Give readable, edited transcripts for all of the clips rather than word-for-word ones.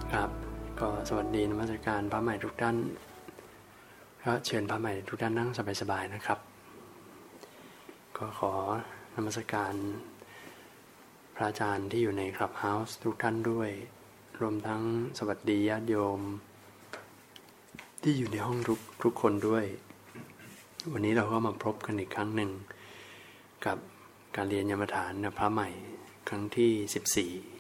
ครับก็สวัสดีนมัสการพระใหม่ทุกท่านก็เชิญพระใหม่ทุกท่านนั่งสบายๆนะครับก็ขอนมัสการพระอาจารย์ที่อยู่ในคลับเฮาส์ทุกท่านด้วยรวมทั้งสวัสดีญาติโยมที่อยู่ในห้องทุกคนด้วยวันนี้เราก็มาพบกันอีกครั้งหนึ่งกับการเรียนยมฐานพระใหม่ครั้งที่14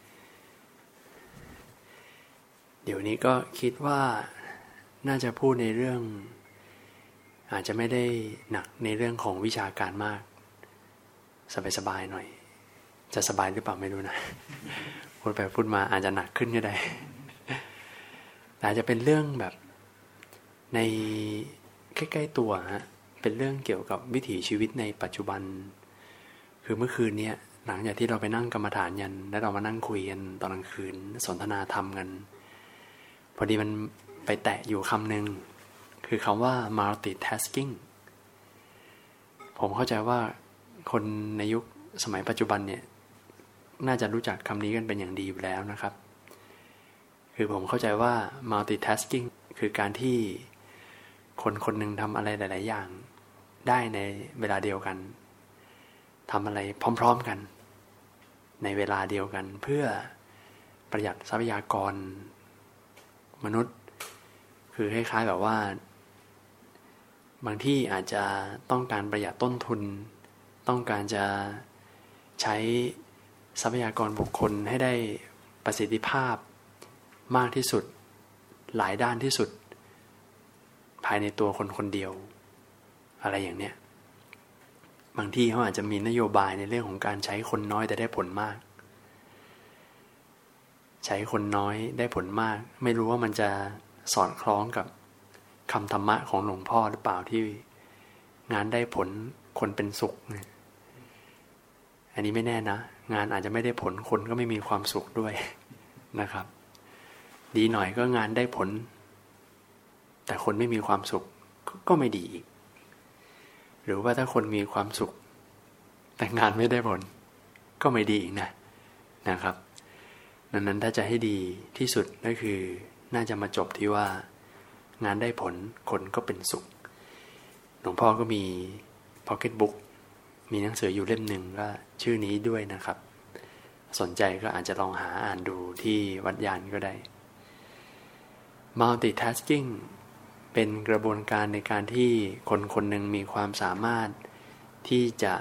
เดี๋ยวนี้ก็คิดว่าน่าจะพูดในเรื่องอาจจะไม่ได้หนักในเรื่องของวิชาการมากสบายๆหน่อยจะสบายหรือเปล่าไม่รู้นะพูดไปพูดมาอาจจะหนักขึ้นก็ได้แต่อาจจะเป็นเรื่องแบบในใกล้ๆตัวฮะเป็นเรื่องเกี่ยวกับวิถีชีวิตในปัจจุบันคือเมื่อคืนนี้หลังจากที่เราไปนั่งกรรมฐานยันแล้วเรามานั่งคุยกันตอนกลางคืนสนทนาธรรมกันพอดีมันไปแตะอยู่คำหนึ่งคือคำว่า multitasking ผมเข้าใจว่าคนในยุคสมัยปัจจุบันเนี่ยน่าจะรู้จักคำนี้กันเป็นอย่างดีอยู่แล้วนะครับคือผมเข้าใจว่า multitasking คือการที่คนหนึ่งทำอะไรหลายๆอย่างได้ในเวลาเดียวกันทำอะไรพร้อมๆกันในเวลาเดียวกันเพื่อประหยัดทรัพยากรมนุษย์คือคล้ายๆแบบว่าบางที่อาจจะต้องการประหยัดต้นทุนต้องการจะใช้ทรัพยากรบุคคลให้ได้ประสิทธิภาพมากที่สุดหลายด้านที่สุดภายในตัวคนคนเดียวอะไรอย่างเนี้ยบางที่เขาอาจจะมีนโยบายในเรื่องของการใช้คนน้อยแต่ได้ผลมากใช้คนน้อยได้ผลมากไม่รู้ว่ามันจะสอดคล้องกับคำธรรมะของหลวงพ่อหรือเปล่าที่งานได้ผลคนเป็นสุขอันนี้ไม่แน่นะงานอาจจะไม่ได้ผลคนก็ไม่มีความสุขด้วยนะครับดีหน่อยก็งานได้ผลแต่คนไม่มีความสุขก็ไม่ดีอีกหรือว่าถ้าคนมีความสุขแต่งานไม่ได้ผลก็ไม่ดีอีกนะครับดังนั้นถ้าจะให้ดีที่สุดก็คือน่าจะมาจบที่ว่างานได้ผลคนก็เป็นสุขหลวงพ่อก็มีพ็อกเก็ตบุ๊กมีหนังสืออยู่เล่มหนึ่งก็ชื่อนี้ด้วยนะครับสนใจก็อาจจะลองหาอ่านดูที่วัดยานก็ได้ Multitasking เป็นกระบวนการในการที่คนหนึ่งมีความสามารถที่จะ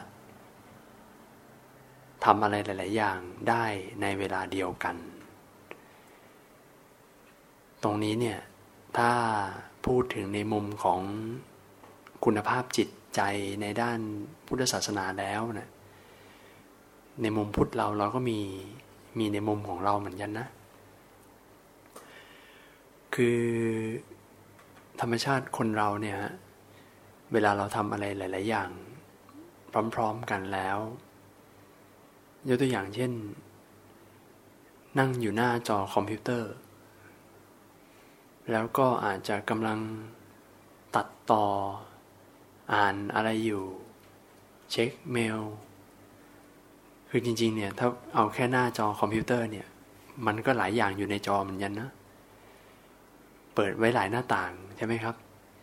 ทำอะไรหลายๆอย่างได้ในเวลาเดียวกันตรงนี้เนี่ยถ้าพูดถึงในมุมของคุณภาพจิตใจในด้านพุทธศาสนาแล้วนะในมุมพุทธเราก็มีในมุมของเราเหมือนกันนะคือธรรมชาติคนเราเนี่ยเวลาเราทำอะไรหลายๆอย่างพร้อมๆกันแล้วยกตัวอย่างเช่นนั่งอยู่หน้าจอคอมพิวเตอร์แล้วก็อาจจะกำลังตัดต่ออ่านอะไรอยู่เช็คเมลคือจริงๆเนี่ยถ้าเอาแค่หน้าจอคอมพิวเตอร์เนี่ยมันก็หลายอย่างอยู่ในจอเหมือนกันนะเปิดไว้หลายหน้าต่างใช่ไหมครับ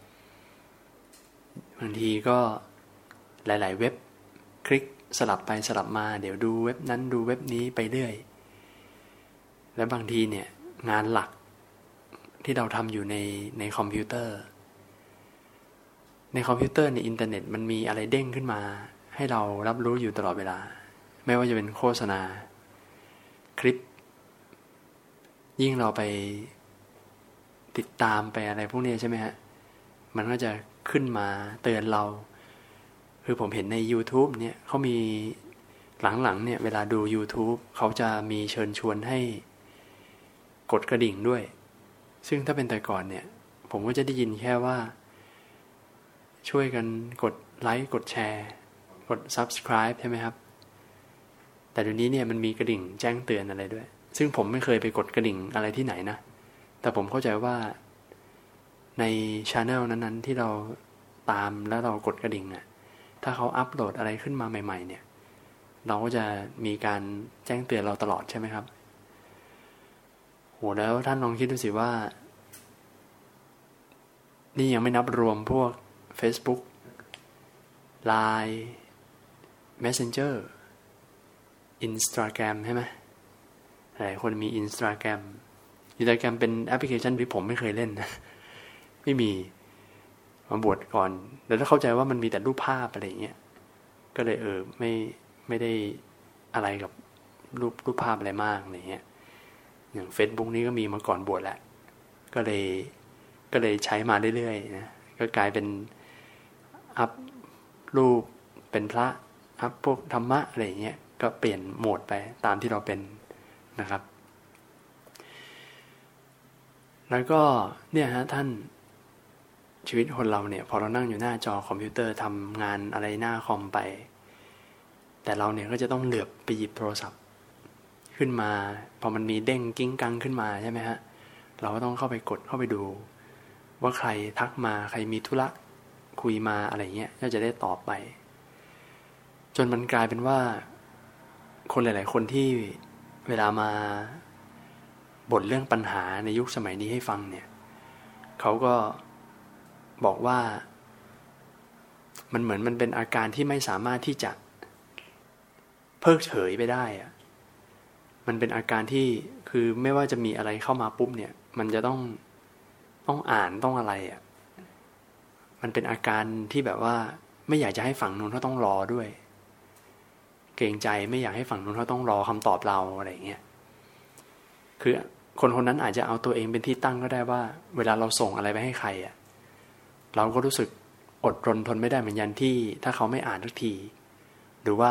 บางทีก็หลายๆเว็บคลิกสลับไปสลับมาเดี๋ยวดูเว็บนั้นดูเว็บนี้ไปเรื่อยและบางทีเนี่ยงานหลักที่เราทำอยู่ในคอมพิวเตอร์ในอินเทอร์เน็ตมันมีอะไรเด้งขึ้นมาให้เรารับรู้อยู่ตลอดเวลาไม่ว่าจะเป็นโฆษณาคลิปยิ่งเราไปติดตามไปอะไรพวกนี้ใช่ไหมฮะมันก็จะขึ้นมาเตือนเราคือผมเห็นใน YouTube เนี่ยเขามีหลังๆเนี่ยเวลาดู YouTube เขาจะมีเชิญชวนให้กดกระดิ่งด้วยซึ่งถ้าเป็นแต่ก่อนเนี่ยผมก็จะได้ยินแค่ว่าช่วยกันกดไลค์กดแชร์กด Subscribe ใช่ไหมครับแต่เดี๋ยวนี้เนี่ยมันมีกระดิ่งแจ้งเตือนอะไรด้วยซึ่งผมไม่เคยไปกดกระดิ่งอะไรที่ไหนนะแต่ผมเข้าใจว่าใน channel นั้นๆที่เราตามแล้วเรากดกระดิ่งถ้าเขาอัปโหลดอะไรขึ้นมาใหม่ๆเนี่ยเราก็จะมีการแจ้งเตือนเราตลอดใช่ไหมครับโหแล้วท่านลองคิดดูสิว่านี่ยังไม่นับรวมพวก Facebook Line Messenger Instagram ใช่ไหมหลายคนมี Instagram เป็นแอปพลิเคชันที่ผมไม่เคยเล่นนะไม่มีมาบวชก่อนแล้วถ้าเข้าใจว่ามันมีแต่รูปภาพอะไรอย่างเงี้ยก็เลยไม่ได้อะไรกับรูปภาพอะไรมากอะไรเงี้ยอย่าง Facebook นี้ก็มีมาก่อนบวชแหละก็เลยใช้มาเรื่อยๆนะก็กลายเป็นอัพรูปเป็นพระอัพพวกธรรมะอะไรอย่างเงี้ยก็เปลี่ยนโหมดไปตามที่เราเป็นนะครับแล้วก็เนี่ยฮะท่านชีวิตคนเราเนี่ยพอเรานั่งอยู่หน้าจอคอมพิวเตอร์ทำงานอะไรหน้าคอมไปแต่เราเนี่ยก็จะต้องเหลือบไปหยิบโทรศัพท์ขึ้นมาพอมันมีเด้งกิ้งกังขึ้นมาใช่ไหมฮะเราก็ต้องเข้าไปกดเข้าไปดูว่าใครทักมาใครมีธุระคุยมาอะไรเงี้ยก็จะได้ตอบไปจนมันกลายเป็นว่าคนหลายๆคนที่เวลามาบ่นเรื่องปัญหาในยุคสมัยนี้ให้ฟังเนี่ยเขาก็บอกว่ามันเหมือนมันเป็นอาการที่ไม่สามารถที่จะเพิกเฉยไปได้อะมันเป็นอาการที่คือไม่ว่าจะมีอะไรเข้ามาปุ๊บเนี่ยมันจะต้องอ่านต้องอะไรอ่ะมันเป็นอาการที่แบบว่าไม่อยากจะให้ฝั่งนู้นเขาต้องรอด้วยเกรงใจไม่อยากให้ฝั่งนู้นเขาต้องรอคำตอบเราอะไรอย่างเงี้ยคือคนคนนั้นอาจจะเอาตัวเองเป็นที่ตั้งก็ได้ว่าเวลาเราส่งอะไรไปให้ใครอ่ะเราก็รู้สึกอดรนทนไม่ได้เหมือนกันที่ถ้าเขาไม่อ่านทุกทีหรือว่า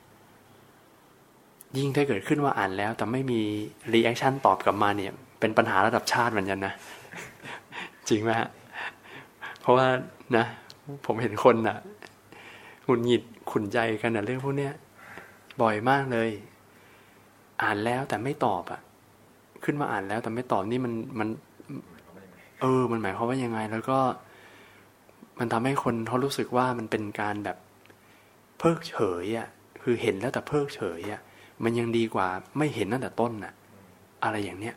ยิ่งถ้าเกิดขึ้นว่าอ่านแล้วแต่ไม่มีรีแอคชั่นตอบกลับมาเนี่ยเป็นปัญหาระดับชาติเหมือนกันนะจริงไหมฮะเพราะว่านะผมเห็นคนน่ะหงุดหงิดขุ่นใจกันนะเรื่องพวกเนี้ยบ่อยมากเลยอ่านแล้วแต่ไม่ตอบอ่ะขึ้นมาอ่านแล้วแต่ไม่ตอบนี่มันมันหมายความว่ายังไงแล้วก็มันทำให้คนเขารู้สึกว่ามันเป็นการแบบเพิกเฉยอ่ะคือเห็นแล้วแต่เพิกเฉยอ่ะมันยังดีกว่าไม่เห็นตั้งแต่ต้นน่ะอะไรอย่างเนี้ย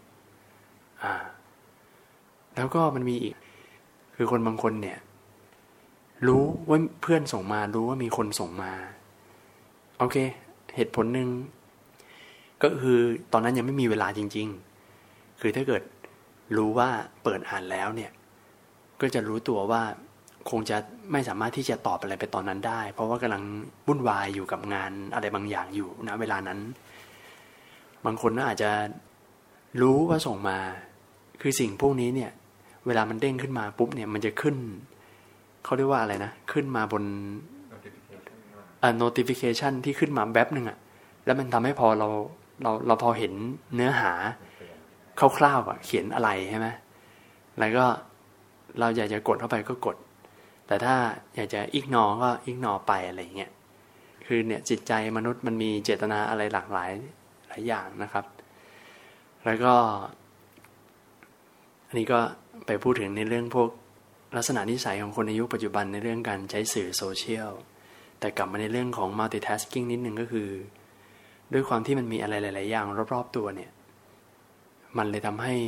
แล้วก็มันมีอีกคือคนบางคนเนี่ยรู้ว่าเพื่อนส่งมารู้ว่ามีคนส่งมาโอเคเหตุผลหนึ่งก็คือตอนนั้นยังไม่มีเวลาจริงๆคือถ้าเกิดรู้ว่าเปิดอ่านแล้วเนี่ยก็จะรู้ตัวว่าคงจะไม่สามารถที่จะตอบอะไรไปตอนนั้นได้เพราะว่ากำลังวุ่นวายอยู่กับงานอะไรบางอย่างอยู่ณเวลานั้นบางคนก็อาจจะรู้ว่าส่งมาคือสิ่งพวกนี้เนี่ยเวลามันเด้งขึ้นมาปุ๊บเนี่ยมันจะขึ้นเขาเรียกว่าอะไรนะขึ้นมาบนnotification ที่ขึ้นมาแป๊บนึงอ่ะแล้วมันทำให้พอเราพอเห็นเนื้อหาคร่าวๆอ่ะเขียนอะไรใช่ไหมแล้วก็เราอยากจะกดเข้าไปก็กดแต่ถ้าอยากจะignoreก็ignoreไปอะไรเงี้ยคือเนี่ยจิตใจมนุษย์มันมีเจตนาอะไรหลากหลายอย่างนะครับแล้วก็อันนี้ก็ไปพูดถึงในเรื่องพวกลักษณะนิสัยของคนในยุคปัจจุบันในเรื่องการใช้สื่อโซเชียลแต่กลับมาในเรื่องของ multitasking นิดนึงก็คือด้วยความที่มันมีอะไรหลายๆอย่างรอบๆตัวเนี่ยมันเลยทำให้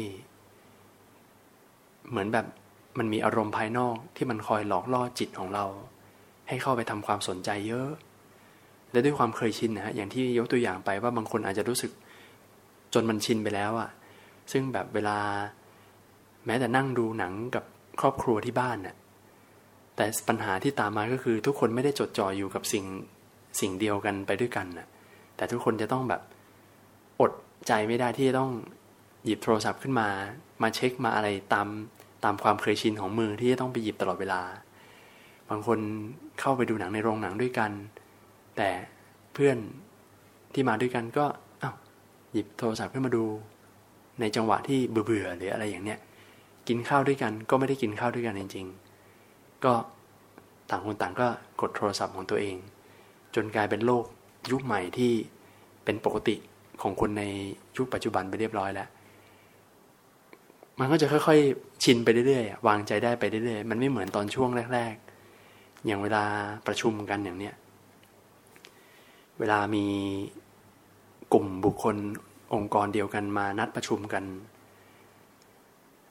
เหมือนแบบมันมีอารมณ์ภายนอกที่มันคอยหลอกล่อจิตของเราให้เข้าไปทำความสนใจเยอะและด้วยความเคยชินนะฮะอย่างที่ยกตัวอย่างไปว่าบางคนอาจจะรู้สึกจนมันชินไปแล้วอ่ะซึ่งแบบเวลาแม้แต่นั่งดูหนังกับครอบครัวที่บ้านน่ะแต่ปัญหาที่ตามมาก็คือทุกคนไม่ได้จดจ่ออยู่กับสิ่งเดียวกันไปด้วยกันน่ะแต่ทุกคนจะต้องแบบอดใจไม่ได้ที่จะต้องหยิบโทรศัพท์ขึ้นมาเช็คมาอะไรตามความเคยชินของมือที่จะต้องไปหยิบตลอดเวลาบางคนเข้าไปดูหนังในโรงหนังด้วยกันแต่เพื่อนที่มาด้วยกันก็หยิบโทรศัพท์ขึ้นมาดูในจังหวะที่เบื่อหรืออะไรอย่างเนี้ยกินข้าวด้วยกันก็ไม่ได้กินข้าวด้วยกันจริงๆก็ต่างคนต่างก็กดโทรศัพท์ของตัวเองจนกลายเป็นโลกยุคใหม่ที่เป็นปกติของคนในยุคปัจจุบันไปเรียบร้อยแล้วมันก็จะค่อยๆชินไปเรื่อยๆวางใจได้ไปเรื่อยๆมันไม่เหมือนตอนช่วงแรกๆอย่างเวลาประชุมกันอย่างเนี้ยเวลามีกลุ่มบุคคลองค์กรเดียวกันมานัดประชุมกัน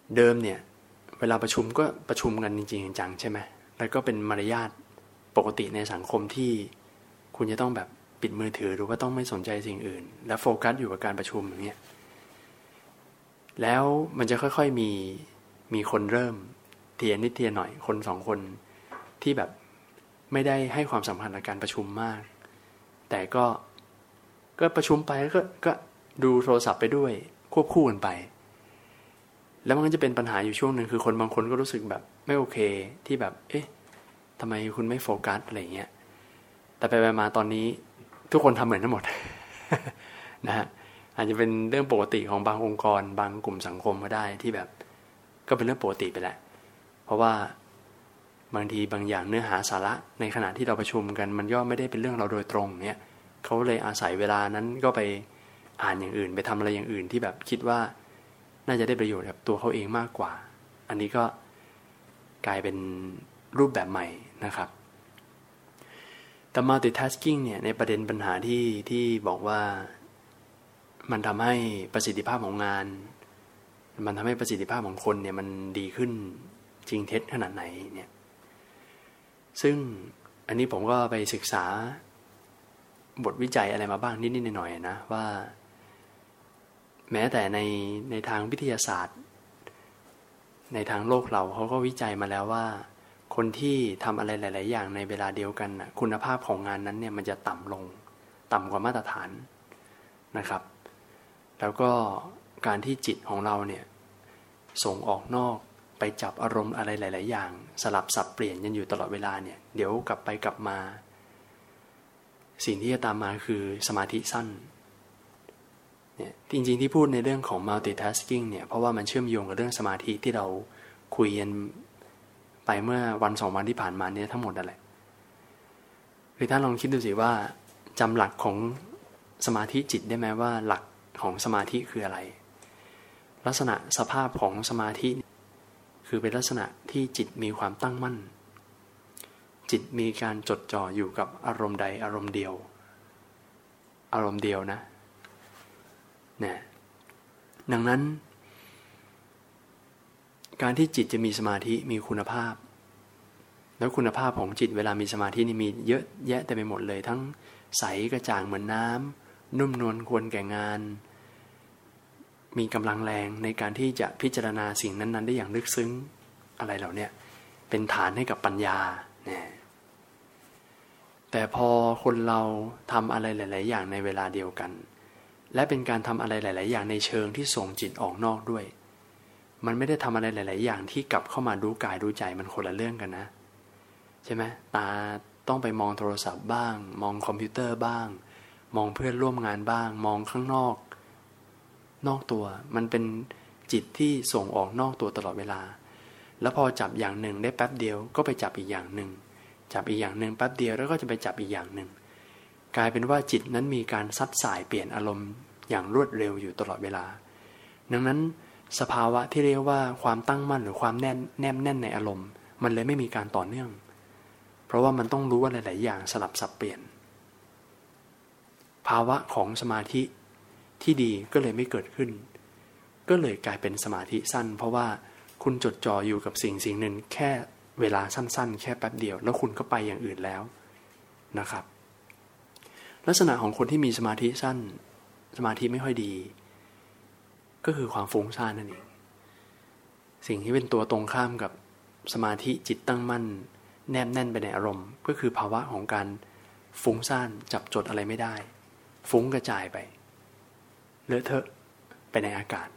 เดิมเนี่ยเวลาประชุมก็ประชุมกันจริงๆจังใช่ไหมแล้วก็เป็นมารยาทปกติในสังคมที่คุณจะต้องแบบปิดมือถือหรือว่าต้องไม่สนใจสิ่งอื่นแล้วโฟกัสอยู่กับการประชุมอย่างเงี้ยแล้วมันจะค่อยๆมีคนเริ่มเทียนนิดเทียนหน่อยคนสองคนที่แบบไม่ได้ให้ความสำคัญกับการประชุมมากแต่ก็ประชุมไปแล้วก็ดูโทรศัพท์ไปด้วยควบคู่กันไปแล้วมันก็จะเป็นปัญหาอยู่ช่วงหนึ่งคือคนบางคนก็รู้สึกแบบไม่โอเคที่แบบเอ๊ะทำไมคุณไม่โฟกัสอะไรเงี้ยแต่ไปมาตอนนี้ทุกคนทำเหมือนกันหมด นะฮะอาจจะเป็นเรื่องปกติของบางองค์กรบางกลุ่มสังคมก็ได้ที่แบบก็เป็นเรื่องปกติไปแหละเพราะว่าบางทีบางอย่างเนื้อหาสาระในขณะที่เราประชุมกันมันก็ไม่ได้เป็นเรื่องเราโดยตรงเนี่ยเขาเลยอาศัยเวลานั้นก็ไปอ่านอย่างอื่นไปทำอะไรอย่างอื่นที่แบบคิดว่าน่าจะได้ประโยชน์กับตัวเขาเองมากกว่าอันนี้ก็กลายเป็นรูปแบบใหม่นะครับแต่ multitasking เนี่ยในประเด็นปัญหาที่บอกว่ามันทำให้ประสิทธิภาพของงานมันทำให้ประสิทธิภาพของคนเนี่ยมันดีขึ้นจริงเท็จขนาดไหนเนี่ยซึ่งอันนี้ผมก็ไปศึกษาบทวิจัยอะไรมาบ้างนิดๆหน่อยๆนะว่าแม้แต่ในทางวิทยาศาสตร์ในทางโลกเราเขาก็วิจัยมาแล้วว่าคนที่ทำอะไรหลายๆอย่างในเวลาเดียวกันนะคุณภาพของงานนั้นเนี่ยมันจะต่ำลงต่ำกว่ามาตรฐานนะครับแล้วก็การที่จิตของเราเนี่ยส่งออกนอกไปจับอารมณ์อะไรหลายๆอย่างสลับสับเปลี่ยนกันอยู่ตลอดเวลาเนี่ยเดี๋ยวกลับไปกลับมาสิ่งที่จะตามมาคือสมาธิสั้นเนี่ยจริงๆที่พูดในเรื่องของ multitasking เนี่ยเพราะว่ามันเชื่อมโยงกับเรื่องสมาธิที่เราคุยกันไปเมื่อวันสองวันที่ผ่านมาเนี่ยทั้งหมดนั่นแหละคือท่านลองคิดดูสิว่าจำหลักของสมาธิจิตได้ไหมว่าหลักของสมาธิคืออะไรลักษณะสภาพของสมาธิคือเป็นลักษณะที่จิตมีความตั้งมั่นจิตมีการจดจ่ออยู่กับอารมณ์ใดอารมณ์เดียวนะเนี่ยดังนั้นการที่จิตจะมีสมาธิมีคุณภาพแล้วคุณภาพของจิตเวลามีสมาธินี่มีเยอะแยะแต่ไปหมดเลยทั้งใสกระจ่างเหมือนน้ำนุ่มนวลควรแก่งานมีกำลังแรงในการที่จะพิจารณาสิ่งนั้นๆได้อย่างลึกซึ้งอะไรเหล่านี้เป็นฐานให้กับปัญญาเนี่ยแต่พอคนเราทำอะไรหลายๆอย่างในเวลาเดียวกันและเป็นการทำอะไรหลายๆอย่างในเชิงที่ส่งจิตออกนอกด้วยมันไม่ได้ทำอะไรหลายๆอย่างที่กลับเข้ามาดูกายดูใจมันคนละเรื่องกันนะใช่ไหมตาต้องไปมองโทรศัพท์บ้างมองคอมพิวเตอร์บ้างมองเพื่อนร่วมงานบ้างมองข้างนอกตัวมันเป็นจิตที่ส่งออกนอกตัวตลอดเวลาแล้วพอจับอย่างหนึ่งได้แป๊บเดียวก็ไปจับอีกอย่างหนึ่งจับอีกอย่างหนึ่งแป๊บเดียวแล้วก็จะไปจับอีกอย่างหนึ่งกลายเป็นว่าจิตนั้นมีการซัดสายเปลี่ยนอารมณ์อย่างรวดเร็วอยู่ตลอดเวลาดังนั้นสภาวะที่เรียกว่าความตั้งมั่นหรือความแนบแน่นในอารมณ์มันเลยไม่มีการต่อเนื่องเพราะว่ามันต้องรู้ว่าหลายๆอย่างสลับสับเปลี่ยนภาวะของสมาธิที่ดีก็เลยไม่เกิดขึ้นก็เลยกลายเป็นสมาธิสั้นเพราะว่าคุณจดจ่ออยู่กับสิ่งหนึ่งแค่เวลาสั้นๆแค่แป๊บเดียวแล้วคุณก็ไปอย่างอื่นแล้วนะครับลักษณะของคนที่มีสมาธิสั้นสมาธิไม่ค่อยดีก็คือความฟุ้งซ่านนั่นเองสิ่งที่เป็นตัวตรงข้ามกับสมาธิจิตตั้งมั่นแนบแน่นไปในอารมณ์ก็คือภาวะของการฟุ้งซ่านจับจดอะไรไม่ได้ฟุ้งกระจายไปเลอะเทอะไปในอากาศ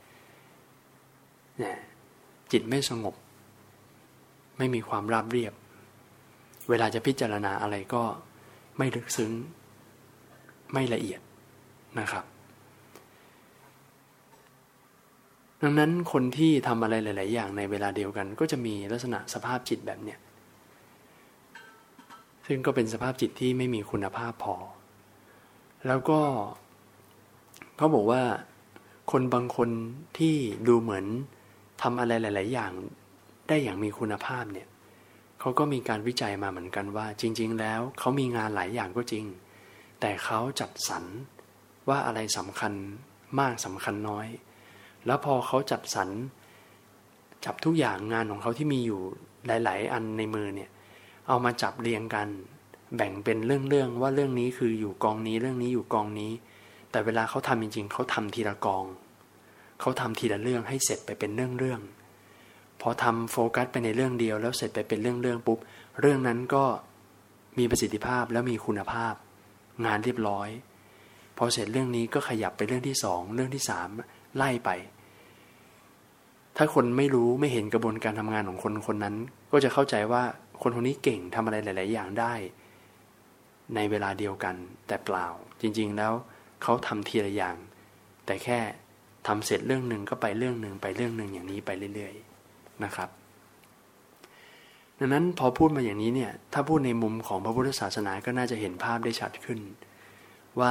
เนี่ยจิตไม่สงบไม่มีความราบเรียบเวลาจะพิจารณาอะไรก็ไม่ลึกซึ้งไม่ละเอียดนะครับดังนั้นคนที่ทำอะไรหลายๆอย่างในเวลาเดียวกันก็จะมีลักษณะสภาพจิตแบบเนี้ยซึ่งก็เป็นสภาพจิตที่ไม่มีคุณภาพพอแล้วก็เขาบอกว่าคนบางคนที่ดูเหมือนทำอะไรหลายๆอย่างได้อย่างมีคุณภาพเนี่ยเขาก็มีการวิจัยมาเหมือนกันว่าจริงๆแล้วเขามีงานหลายอย่างก็จริงแต่เขาจัดสรรว่าอะไรสำคัญมากสำคัญน้อยแล้วพอเขาจัดสรรจับทุกอย่างงานของเขาที่มีอยู่หลายๆอันในมือเนี่ยเอามาจับเรียงกันแบ่งเป็นเรื่องๆว่าเรื่องนี้คืออยู่กองนี้เรื่องนี้อยู่กองนี้แต่เวลาเขาทำจริงๆเขาทำทีละกองเขาทำทีละเรื่องให้เสร็จไปเป็นเรื่องๆพอทำโฟกัสไปในเรื่องเดียวแล้วเสร็จไปเป็นเรื่องๆปุ๊บเรื่องนั้นก็มีประสิทธิภาพแล้วมีคุณภาพงานเรียบร้อยพอเสร็จเรื่องนี้ก็ขยับไปเรื่องที่2เรื่องที่3ไล่ไปถ้าคนไม่รู้ไม่เห็นกระบวนการทำงานของคนคนนั้นก็จะเข้าใจว่าคนคนนี้เก่งทำอะไรหลายๆอย่างได้ในเวลาเดียวกันแต่เปล่าจริงๆแล้วเขาทำทีละอย่างแต่แค่ทำเสร็จเรื่องหนึ่งก็ไปเรื่องหนึ่งไปเรื่องหนึ่งอย่างนี้ไปเรื่อยๆนะครับดังนั้นพอพูดมาอย่างนี้เนี่ยถ้าพูดในมุมของพระพุทธศาสนาก็น่าจะเห็นภาพได้ชัดขึ้นว่า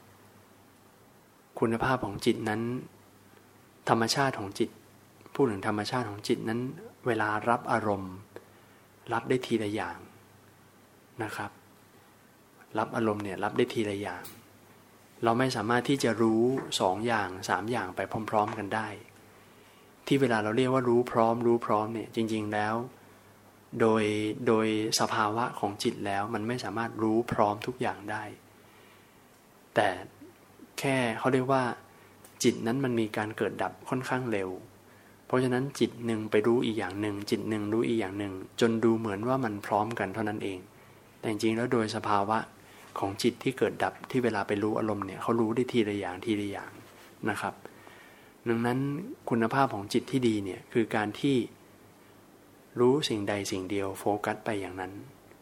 คุณภาพของจิตนั้นธรรมชาติของจิตพูดถึงธรรมชาติของจิตนั้นเวลารับอารมณ์รับได้ทีละอย่างนะครับรับอารมณ์เนี่ยรับได้ทีละอย่างเราไม่สามารถที่จะรู้2อย่าง3อย่างไปพร้อมๆกันได้ที่เวลาเราเรียกว่ารู้พร้อมเนี่ยจริงๆแล้วโดยสภาวะของจิตแล้วมันไม่สามารถรู้พร้อมทุกอย่างได้แต่แค่เขาเรียกว่าจิตนั้นมันมีการเกิดดับค่อนข้างเร็วเพราะฉะนั้นจิตหนึ่งไปรู้อีกอย่างหนึ่งจิตหนึ่งรู้อีกอย่างหนึ่งจนดูเหมือนว่ามันพร้อมกันเท่านั้นเองแต่จริงๆแล้วโดยสภาวะของจิตที่เกิดดับที่เวลาไปรู้อารมณ์เนี่ยเขารู้ได้ทีละอย่างทีละอย่างนะครับดังนั้นคุณภาพของจิตที่ดีเนี่ยคือการที่รู้สิ่งใดสิ่งเดียวโฟกัสไปอย่างนั้น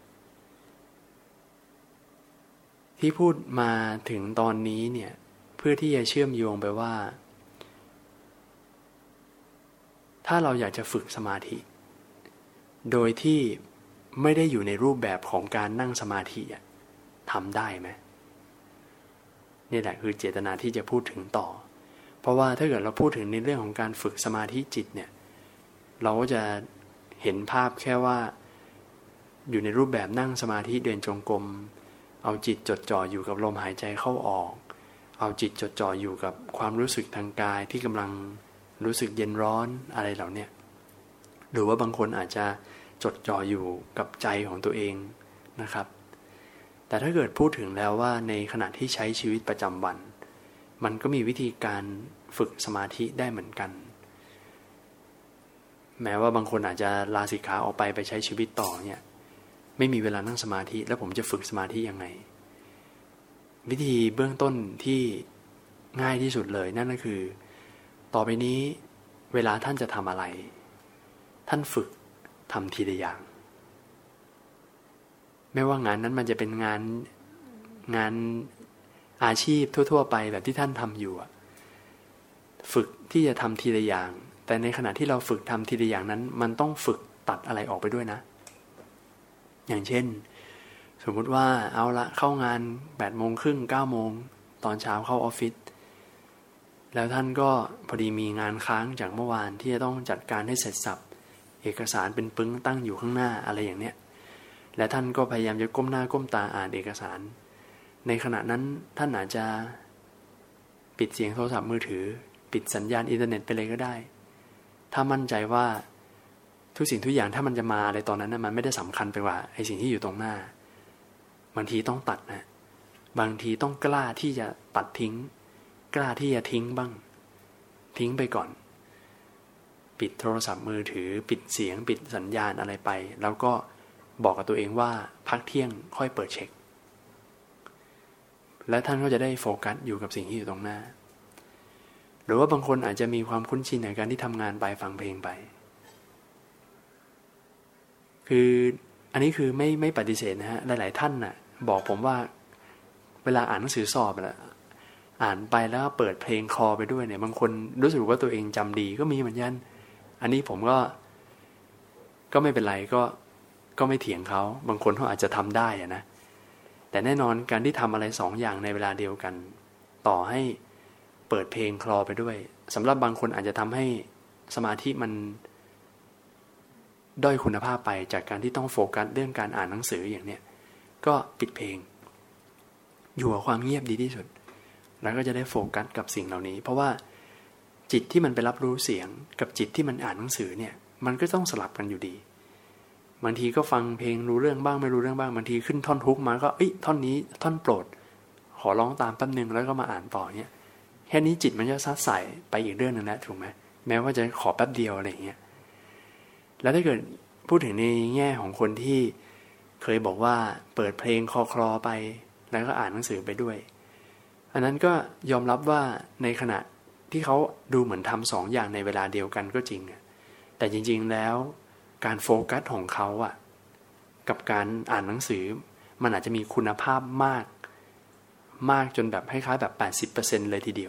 ที่พูดมาถึงตอนนี้เนี่ยเพื่อที่จะเชื่อมโยงไปว่าถ้าเราอยากจะฝึกสมาธิโดยที่ไม่ได้อยู่ในรูปแบบของการนั่งสมาธิทำได้ไหมนี่แหละคือเจตนาที่จะพูดถึงต่อเพราะว่าถ้าเกิดเราพูดถึงในเรื่องของการฝึกสมาธิจิตเนี่ยเราก็จะเห็นภาพแค่ว่าอยู่ในรูปแบบนั่งสมาธิเดินจงกรมเอาจิตจดจ่ออยู่กับลมหายใจเข้าออกเอาจิตจดจ่ออยู่กับความรู้สึกทางกายที่กำลังรู้สึกเย็นร้อนอะไรเหล่านี้หรือว่าบางคนอาจจะจดจ่ออยู่กับใจของตัวเองนะครับแต่ถ้าเกิดพูดถึงแล้วว่าในขณะที่ใช้ชีวิตประจำวันมันก็มีวิธีการฝึกสมาธิได้เหมือนกันแม้ว่าบางคนอาจจะลาสิกขาออกไปใช้ชีวิตต่อเนี่ยไม่มีเวลานั่งสมาธิแล้วผมจะฝึกสมาธิยังไงวิธีเบื้องต้นที่ง่ายที่สุดเลยนั่นก็คือต่อไปนี้เวลาท่านจะทำอะไรท่านฝึกทำทีละอย่างไม่ว่างานนั้นมันจะเป็นงานอาชีพทั่วๆไปแบบที่ท่านทำอยู่ฝึกที่จะทำทีละอย่างแต่ในขณะที่เราฝึกทำทีละอย่างนั้นมันต้องฝึกตัดอะไรออกไปด้วยนะอย่างเช่นสมมุติว่าเอาละเข้างาน 8:30 9 โมงตอนเช้าเข้าออฟฟิศแล้วท่านก็พอดีมีงานค้างจากเมื่อวานที่จะต้องจัดการให้เสร็จสับเอกสารเป็นปึ้งตั้งอยู่ข้างหน้าอะไรอย่างเนี้ยและท่านก็พยายามจะก้มหน้าก้มตาอ่านเอกสารในขณะนั้นท่านอาจจะปิดเสียงโทรศัพท์มือถือปิดสัญญาณอินเทอร์เน็ตไปเลยก็ได้ถ้ามั่นใจว่าทุกสิ่งทุกอย่างถ้ามันจะมาอะไรตอนนั้นมันไม่ได้สำคัญไปกว่าไอ้สิ่งที่อยู่ตรงหน้าบางทีต้องตัดนะบางทีต้องกล้าที่จะตัดทิ้งกล้าที่จะทิ้งบ้างทิ้งไปก่อนปิดโทรศัพท์มือถือปิดเสียงปิดสัญญาณอะไรไปแล้วก็บอกกับตัวเองว่าพักเที่ยงค่อยเปิดเช็คและท่านก็จะได้โฟกัสอยู่กับสิ่งที่อยู่ตรงหน้าหรือว่าบางคนอาจจะมีความคุ้นชินในการที่ทำงานไปฟังเพลงไปคืออันนี้คือไม่ปฏิเสธนะฮะหลายๆท่านน่ะบอกผมว่าเวลาอ่านหนังสือสอบแล้วอ่านไปแล้วเปิดเพลงคลอไปด้วยเนี่ยบางคนรู้สึกว่าตัวเองจำดีก็มีเหมือนกันอันนี้ผมก็ไม่เป็นไรก็ไม่เถียงเขาบางคนเขาอาจจะทำได้นะแต่แน่นอนการที่ทำอะไร2 อย่างในเวลาเดียวกันต่อให้เปิดเพลงคลอไปด้วยสำหรับบางคนอาจจะทำให้สมาธิมันด้อยคุณภาพไปจากการที่ต้องโฟกัสเรื่องการอ่านหนังสืออย่างเนี้ยก็ปิดเพลงอยู่กับความเงียบดีที่สุดแล้วก็จะได้โฟกัสกับสิ่งเหล่านี้เพราะว่าจิตที่มันไปรับรู้เสียงกับจิตที่มันอ่านหนังสือเนี่ยมันก็ต้องสลับกันอยู่ดีบางทีก็ฟังเพลงรู้เรื่องบ้างไม่รู้เรื่องบ้างบางทีขึ้นท่อนฮุกมาก็ท่อนนี้ท่อนโปรดขอร้องตามแป๊บนึงแล้วก็มาอ่านต่อเนี่ยแค่นี้จิตมันจะซัดใส่ไปอีกเรื่องนึงแล้วถูกไหมแม้ว่าจะขอแป๊บเดียวอะไรอย่างเงี้ยแล้วถ้าเกิดพูดถึงในแง่ของคนที่เคยบอกว่าเปิดเพลงคลอไปแล้วก็อ่านหนังสือไปด้วยอันนั้นก็ยอมรับว่าในขณะที่เขาดูเหมือนทำสองอย่างในเวลาเดียวกันก็จริงแต่จริงๆแล้วการโฟกัสของเขากับการอ่านหนังสือมันอาจจะมีคุณภาพมากจนแบบคล้ายๆแบบ 80% เลยทีเดียว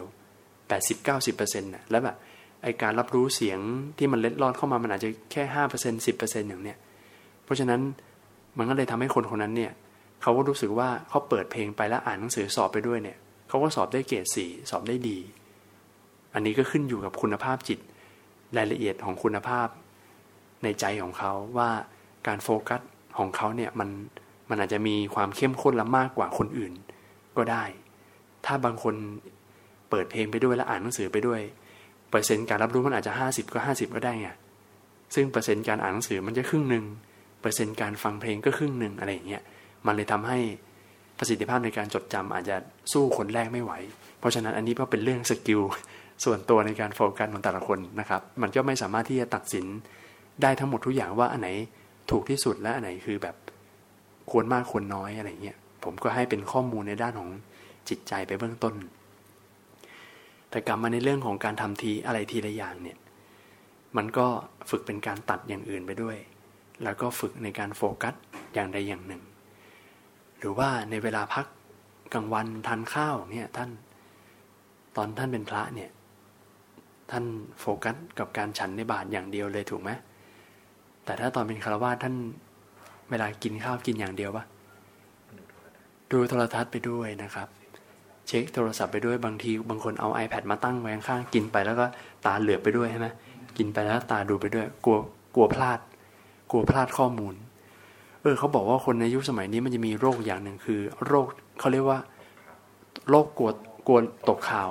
80-90% นะแล้วแบบไอการรับรู้เสียงที่มันเล็ดลอดเข้ามามันอาจจะแค่ 5% 10% อย่างเนี้ยเพราะฉะนั้นมันก็เลยทำให้คนคนนั้นเนี่ยเขาก็รู้สึกว่าเขาเปิดเพลงไปแล้วอ่านหนังสือสอบไปด้วยเนี่ยเขาก็สอบได้เกรด 4 สอบได้ดีอันนี้ก็ขึ้นอยู่กับคุณภาพจิตรายละเอียดของคุณภาพในใจของเขาว่าการโฟกัสของเขาเนี่ยมันอาจจะมีความเข้มข้นและมากกว่าคนอื่นก็ได้ถ้าบางคนเปิดเพลงไปด้วยและอ่านหนังสือไปด้วยเปอร์เซ็นต์การรับรู้มันอาจจะ50ก็50ก็ได้ไงซึ่งเปอร์เซ็นต์การอ่านหนังสือมันจะครึ่งนึงเปอร์เซ็นต์การฟังเพลงก็ครึ่งนึงอะไรอย่างเงี้ยมันเลยทำให้ประสิทธิภาพในการจดจำอาจจะสู้คนแรกไม่ไหวเพราะฉะนั้นอันนี้ก็เป็นเรื่องสกิลส่วนตัวในการโฟกัสของแต่ละคนนะครับมันก็ไม่สามารถที่จะตัดสินได้ทั้งหมดทุกอย่างว่าอันไหนถูกที่สุดและอันไหนคือแบบควรมากควรน้อยอะไรเงี้ยผมก็ให้เป็นข้อมูลในด้านของจิตใจไปเบื้องต้นแต่กลับมาในเรื่องของการทำทีอะไรทีละอย่างเนี่ยมันก็ฝึกเป็นการตัดอย่างอื่นไปด้วยแล้วก็ฝึกในการโฟกัสอย่างใดอย่างหนึ่งหรือว่าในเวลาพักกลางวันทานข้าวเนี่ยท่านตอนท่านเป็นพระเนี่ยท่านโฟกัสกับการฉันในบาตรอย่างเดียวเลยถูกไหมแต่ถ้าตอนเป็นฆราวาสท่านเวลากินข้าวกินอย่างเดียวปะดูโทรทัศน์ไปด้วยนะครับเช็คโทรศัพท์ไปด้วยบางทีบางคนเอา iPad มาตั้งไว้ข้างกินไปแล้วก็ตาเหลือบไปด้วยใช่ไหมกินไปแล้วตาดูไปด้วยกลัวพลาดข้อมูลเขาบอกว่าคนในยุคสมัยนี้มันจะมีโรคอย่างหนึ่งคือโรคเขาเรียกว่าโรคกลัวตกข่าว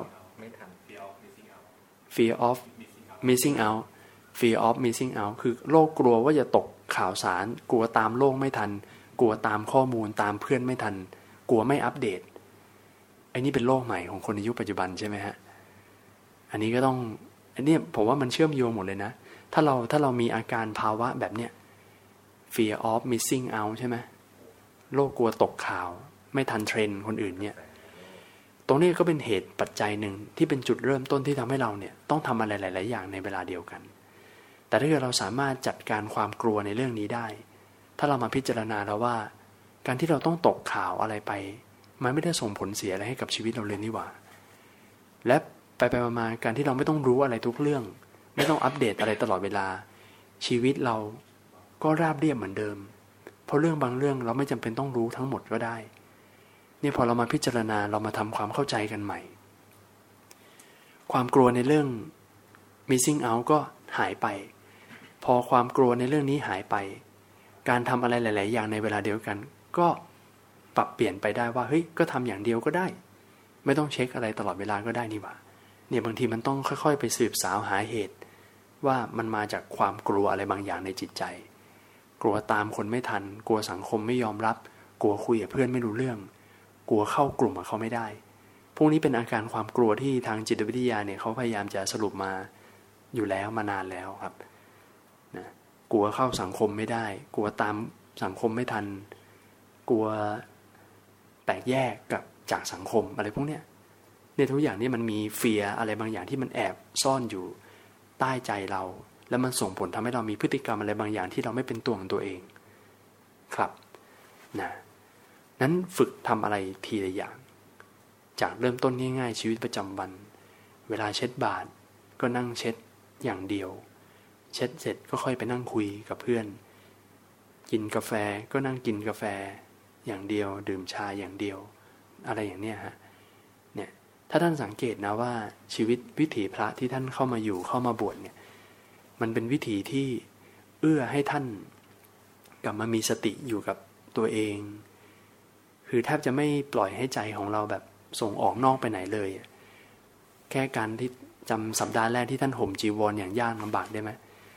fear of missing out คือโรคกลัวว่าจะตกข่าวสารกลัวตามโลกไม่ทันกลัวตามข้อมูลตามเพื่อนไม่ทันกลัวไม่อัปเดตไอ้นี่เป็นโลกใหม่ของคนในยุคปัจจุบันใช่ไหมฮะอันนี้ก็ต้องอันนี้ผมว่ามันเชื่อมโยงหมดเลยนะถ้าเรามีอาการภาวะแบบเนี้ย fear of missing out ใช่ไหมโรคกลัวตกข่าวไม่ทันเทรนด์คนอื่นเนี่ยตรงนี้ก็เป็นเหตุปัจจัยหนึ่งที่เป็นจุดเริ่มต้นที่ทำให้เราเนี่ยต้องทำอะไรหลายๆอย่างในเวลาเดียวกันแต่ถ้าเกิดเราสามารถจัดการความกลัวในเรื่องนี้ได้ถ้าเรามาพิจารณาแล้วว่าการที่เราต้องตกข่าวอะไรไปมันไม่ได้ส่งผลเสียอะไรให้กับชีวิตเราเลยนี่หว่าและไปมาการที่เราไม่ต้องรู้อะไรทุกเรื่องไม่ต้องอัปเดตอะไรตลอดเวลาชีวิตเราก็ราบเรียบเหมือนเดิมเพราะเรื่องบางเรื่องเราไม่จำเป็นต้องรู้ทั้งหมดก็ได้เนี่ยพอเรามาพิจารณาเรามาทำความเข้าใจกันใหม่ความกลัวในเรื่อง missing out ก็หายไปพอความกลัวในเรื่องนี้หายไปการทำอะไรหลายๆอย่างในเวลาเดียวกันก็ปรับเปลี่ยนไปได้ว่าเฮ้ยก็ทำอย่างเดียวก็ได้ไม่ต้องเช็คอะไรตลอดเวลาก็ได้นี่หว่าเนี่ยบางทีมันต้องค่อยๆไปสืบสาวหาเหตุว่ามันมาจากความกลัวอะไรบางอย่างในจิตใจกลัวตามคนไม่ทันกลัวสังคมไม่ยอมรับกลัวคุยกับเพื่อนไม่รู้เรื่องกลัวเข้ากลุ่มกับเขาไม่ได้พวกนี้เป็นอาการความกลัวที่ทางจิตวิทยาเนี่ยเขาพยายามจะสรุปมาอยู่แล้วมานานแล้วครับนะกลัวเข้าสังคมไม่ได้กลัวตามสังคมไม่ทันกลัวแตกแยกกับจากสังคมอะไรพวกเนี้ยเนี่ยทุกอย่างนี่มันมีเฟียอะไรบางอย่างที่มันแอบซ่อนอยู่ใต้ใจเราแล้วมันส่งผลทำให้เรามีพฤติกรรมอะไรบางอย่างที่เราไม่เป็นตัวของตัวเองครับนะนั้นฝึกทำอะไรทีละอย่างจากเริ่มต้นง่ายๆชีวิตประจำวันเวลาเช็ดบาตรก็นั่งเช็ดอย่างเดียวเช็ดเสร็จก็ค่อยไปนั่งคุยกับเพื่อนกินกาแฟก็นั่งกินกาแฟอย่างเดียวดื่มชาอย่างเดียวอะไรอย่างเนี้ยฮะเนี่ยถ้าท่านสังเกตนะว่าชีวิตวิถีพระที่ท่านเข้ามาอยู่เข้ามาบวชเนี่ยมันเป็นวิถีที่เอื้อให้ท่านกลับมามีสติอยู่กับตัวเองคือแทบจะไม่ปล่อยให้ใจของเราแบบส่งออกนอกไปไหนเลยแค่การที่จำสัปดาห์แรกที่ท่านห่มจีวรอย่างยากลำบากได้ไหม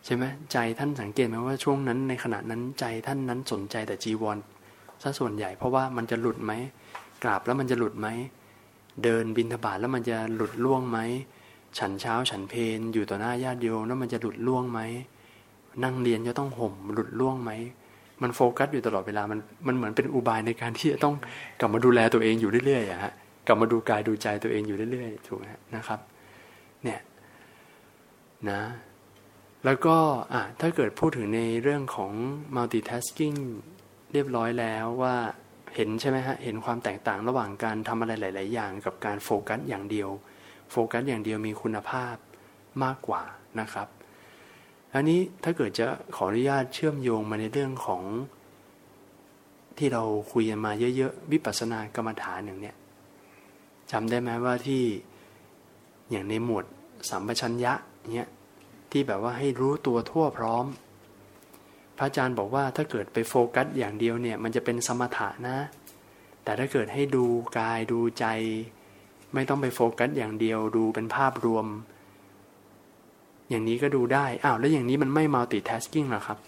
ใช่ไหมใจท่านสังเกตไหมว่าช่วงนั้นในขณะนั้นใจท่านนั้นสนใจแต่จีวรซะส่วนใหญ่เพราะว่ามันจะหลุดไหมกราบแล้วมันจะหลุดไหมเดินบิณฑบาตแล้วมันจะหลุดล่วงไหมฉันเช้าฉันเพลอยู่ต่อหน้าญาติโยมแล้วมันจะหลุดล่วงไหมนั่งเรียนจะต้องห่มหลุดล่วงไหมมันโฟกัสอยู่ตลอดเวลามันเหมือนเป็นอุบายในการที่จะต้องกลับมาดูแลตัวเองอยู่เรื่อยๆฮะกลับมาดูกายดูใจตัวเองอยู่เรื่อยๆถูกไหมนะครับเนี่ยนะแล้วก็ถ้าเกิดพูดถึงในเรื่องของ multitasking เรียบร้อยแล้วว่าเห็นใช่ไหมฮะเห็นความแตกต่างระหว่างการทำอะไรหลายๆอย่างกับการโฟกัสอย่างเดียวโฟกัสอย่างเดียวมีคุณภาพมากกว่านะครับอันนี้ถ้าเกิดจะขออนุญาตเชื่อมโยงมาในเรื่องของที่เราคุยกันมาเยอะๆวิปัสสนากรรมฐานอย่างเนี้ยจำได้ไหมว่าที่อย่างในหมวดสัมปชัญญะเนี้ยที่แบบว่าให้รู้ตัวทั่วพร้อมพระอาจารย์บอกว่าถ้าเกิดไปโฟกัสอย่างเดียวเนี่ยมันจะเป็นสมถะนะแต่ถ้าเกิดให้ดูกายดูใจไม่ต้องไปโฟกัสอย่างเดียวดูเป็นภาพรวมอย่างนี้ก็ดูได้แล้วอย่างนี้มันไม่ multitasking หรอครับ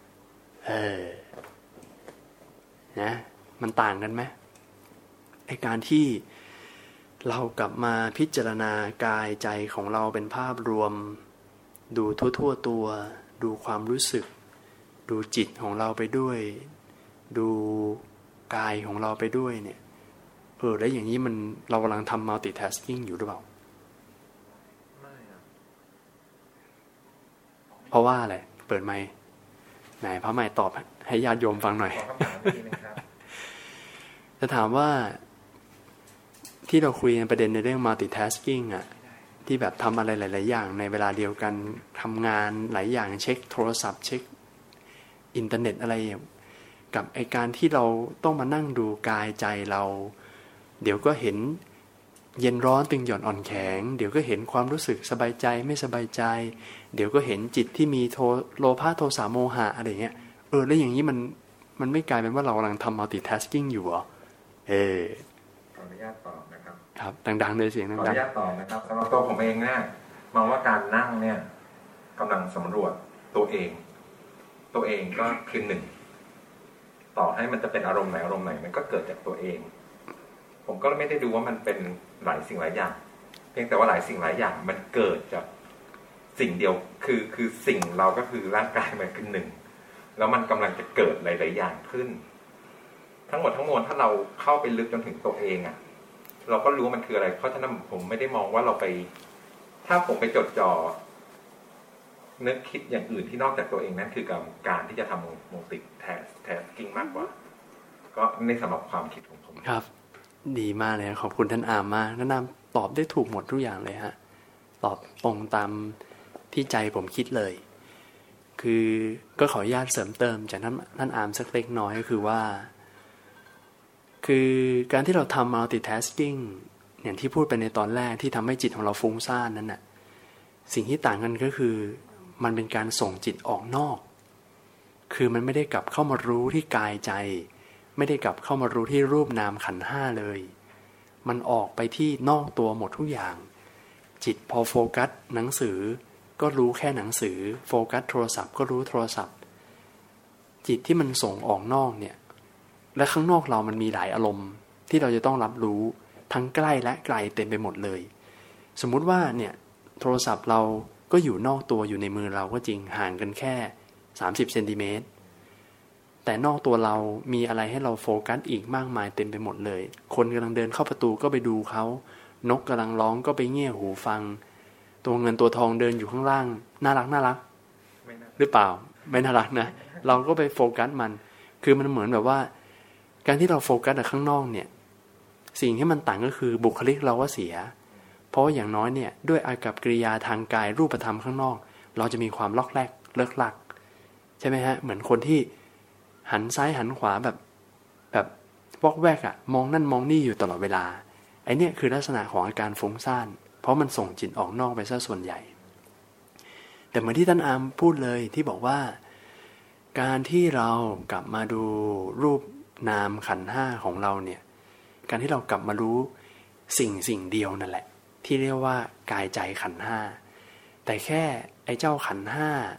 นะมันต่างกันไหมไอ้การที่เรากลับมาพิจารณากายใจของเราเป็นภาพรวมดูทั่วๆตัวดูความรู้สึกดูจิตของเราไปด้วยดูกายของเราไปด้วยเนี่ยแล้วอย่างนี้มันเรากำลังทำ multitasking อยู่หรือเปล่าเพราะว่าอะไรเปิดไมค์ไหนพระใหม่ตอบให้ญาติโยมฟังหน่อยจะถามว่าที่เราคุยกันประเด็นในเรื่อง multitasking ที่แบบทำอะไรหลายๆอย่างในเวลาเดียวกันทำงานหลายอย่างเช็คโทรศัพท์เช็คอินเทอร์เน็ตอะไรกับไอการที่เราต้องมานั่งดูกายใจเราเดี๋ยวก็เห็นเย็นร้อนตึงหย่อนอ่อนแข็งเดี๋ยวก็เห็นความรู้สึกสบายใจไม่สบายใจเดี๋ยวก็เห็นจิตที่มีโลภะโทสะโมหะอะไรเงี้ยแล้วอย่างนี้มันไม่กลายเป็นว่าเรากำลังทำ multitasking อยู่เหรอขออนุญาตตอบนะครับครับดังๆเลยเสียงดังๆขออนุญาตตอบนะครับสำหรับตัวผมเองเนี่ยมองว่าการนั่งเนี่ยกำลังสำรวจตัวเองก็คือหนึ่งต่อให้มันจะเป็นอารมณ์ไหนมันก็เกิดจากตัวเองผมก็ไม่ได้ดูว่ามันเป็นหลายสิ่งหลายอย่างเพียงแต่ว่าหลายสิ่งหลายอย่างมันเกิดจากสิ่งเดียวคือสิ่งเราก็คือร่างกายมันคือหนึ่งแล้วมันกำลังจะเกิดหลายๆอย่างขึ้นทั้งหมดทั้งมวลถ้าเราเข้าไปลึกจนถึงตัวเองเราก็รู้ว่ามันคืออะไรเพราะฉะนั้นผมไม่ได้มองว่าเราไปถ้าผมไปจดจ่อนึกคิดอย่างอื่นที่นอกจากตัวเองนั่นคือการที่จะทำmultitasking มากกว่าก็ในสำหรับความคิดของผมครับดีมากเลยขอบคุณท่านอามมากท่านอามตอบได้ถูกหมดทุกอย่างเลยฮะตอบตรงตามที่ใจผมคิดเลยคือก็ขออนุญาตเสริมเติมจากท่านอามสักเล็กน้อยก็คือว่าคือการที่เราทำ multitasking อย่างที่พูดไปในตอนแรกที่ทำให้จิตของเราฟุ้งซ่านนั้นน่ะสิ่งที่ต่างกันก็คือมันเป็นการส่งจิตออกนอกคือมันไม่ได้กลับเข้ามารู้ที่กายใจไม่ได้กลับเข้ามารู้ที่รูปนามขันธ์ห้าเลยมันออกไปที่นอกตัวหมดทุกอย่างจิตพอโฟกัสหนังสือก็รู้แค่หนังสือโฟกัสโทรศัพท์ก็รู้โทรศัพท์จิตที่มันส่งออกนอกเนี่ยและข้างนอกเรามันมีหลายอารมณ์ที่เราจะต้องรับรู้ทั้งใกล้และไกลเต็มไปหมดเลยสมมุติว่าเนี่ยโทรศัพท์เราก็อยู่นอกตัวอยู่ในมือเราก็จริงห่างกันแค่30เซนติเมตรแต่นอกตัวเรามีอะไรให้เราโฟกัสอีกมากมายเต็มไปหมดเลยคนกำลังเดินเข้าประตูก็ไปดูเขานกกำลังร้องก็ไปเงี่ยหูฟังตัวเงินตัวทองเดินอยู่ข้างล่างน่ารักหรือเปล่าไม่น่ารักนะเราก็ไปโฟกัสมันคือมันเหมือนแบบว่าการที่เราโฟกัสข้างนอกเนี่ยสิ่งที่มันต่างก็คือบุคลิกเราก็เสียเพราะอย่างน้อยเนี่ยด้วยอากัปกิริยาทางกายรูปธรรมข้างนอกเราจะมีความล็อกแรกเลิกลักใช่ไหมฮะเหมือนคนที่หันซ้ายหันขวาแบบวอกแวกมองนั่นมองนี่อยู่ตลอดเวลาไอ้เนี่ยคือลักษณะของอาการฟุ้งซ่านเพราะมันส่งจิตออกนอกไปซะส่วนใหญ่แต่เหมือนที่ท่านอามพูดเลยที่บอกว่าการที่เรากลับมาดูรูปนามขันธ์ห้าของเราเนี่ยการที่เรากลับมารู้สิ่งเดียวนั่นแหละที่เรียกว่ากายใจขันธ์ห้าแต่แค่ไอ้เจ้าขันธ์ห้า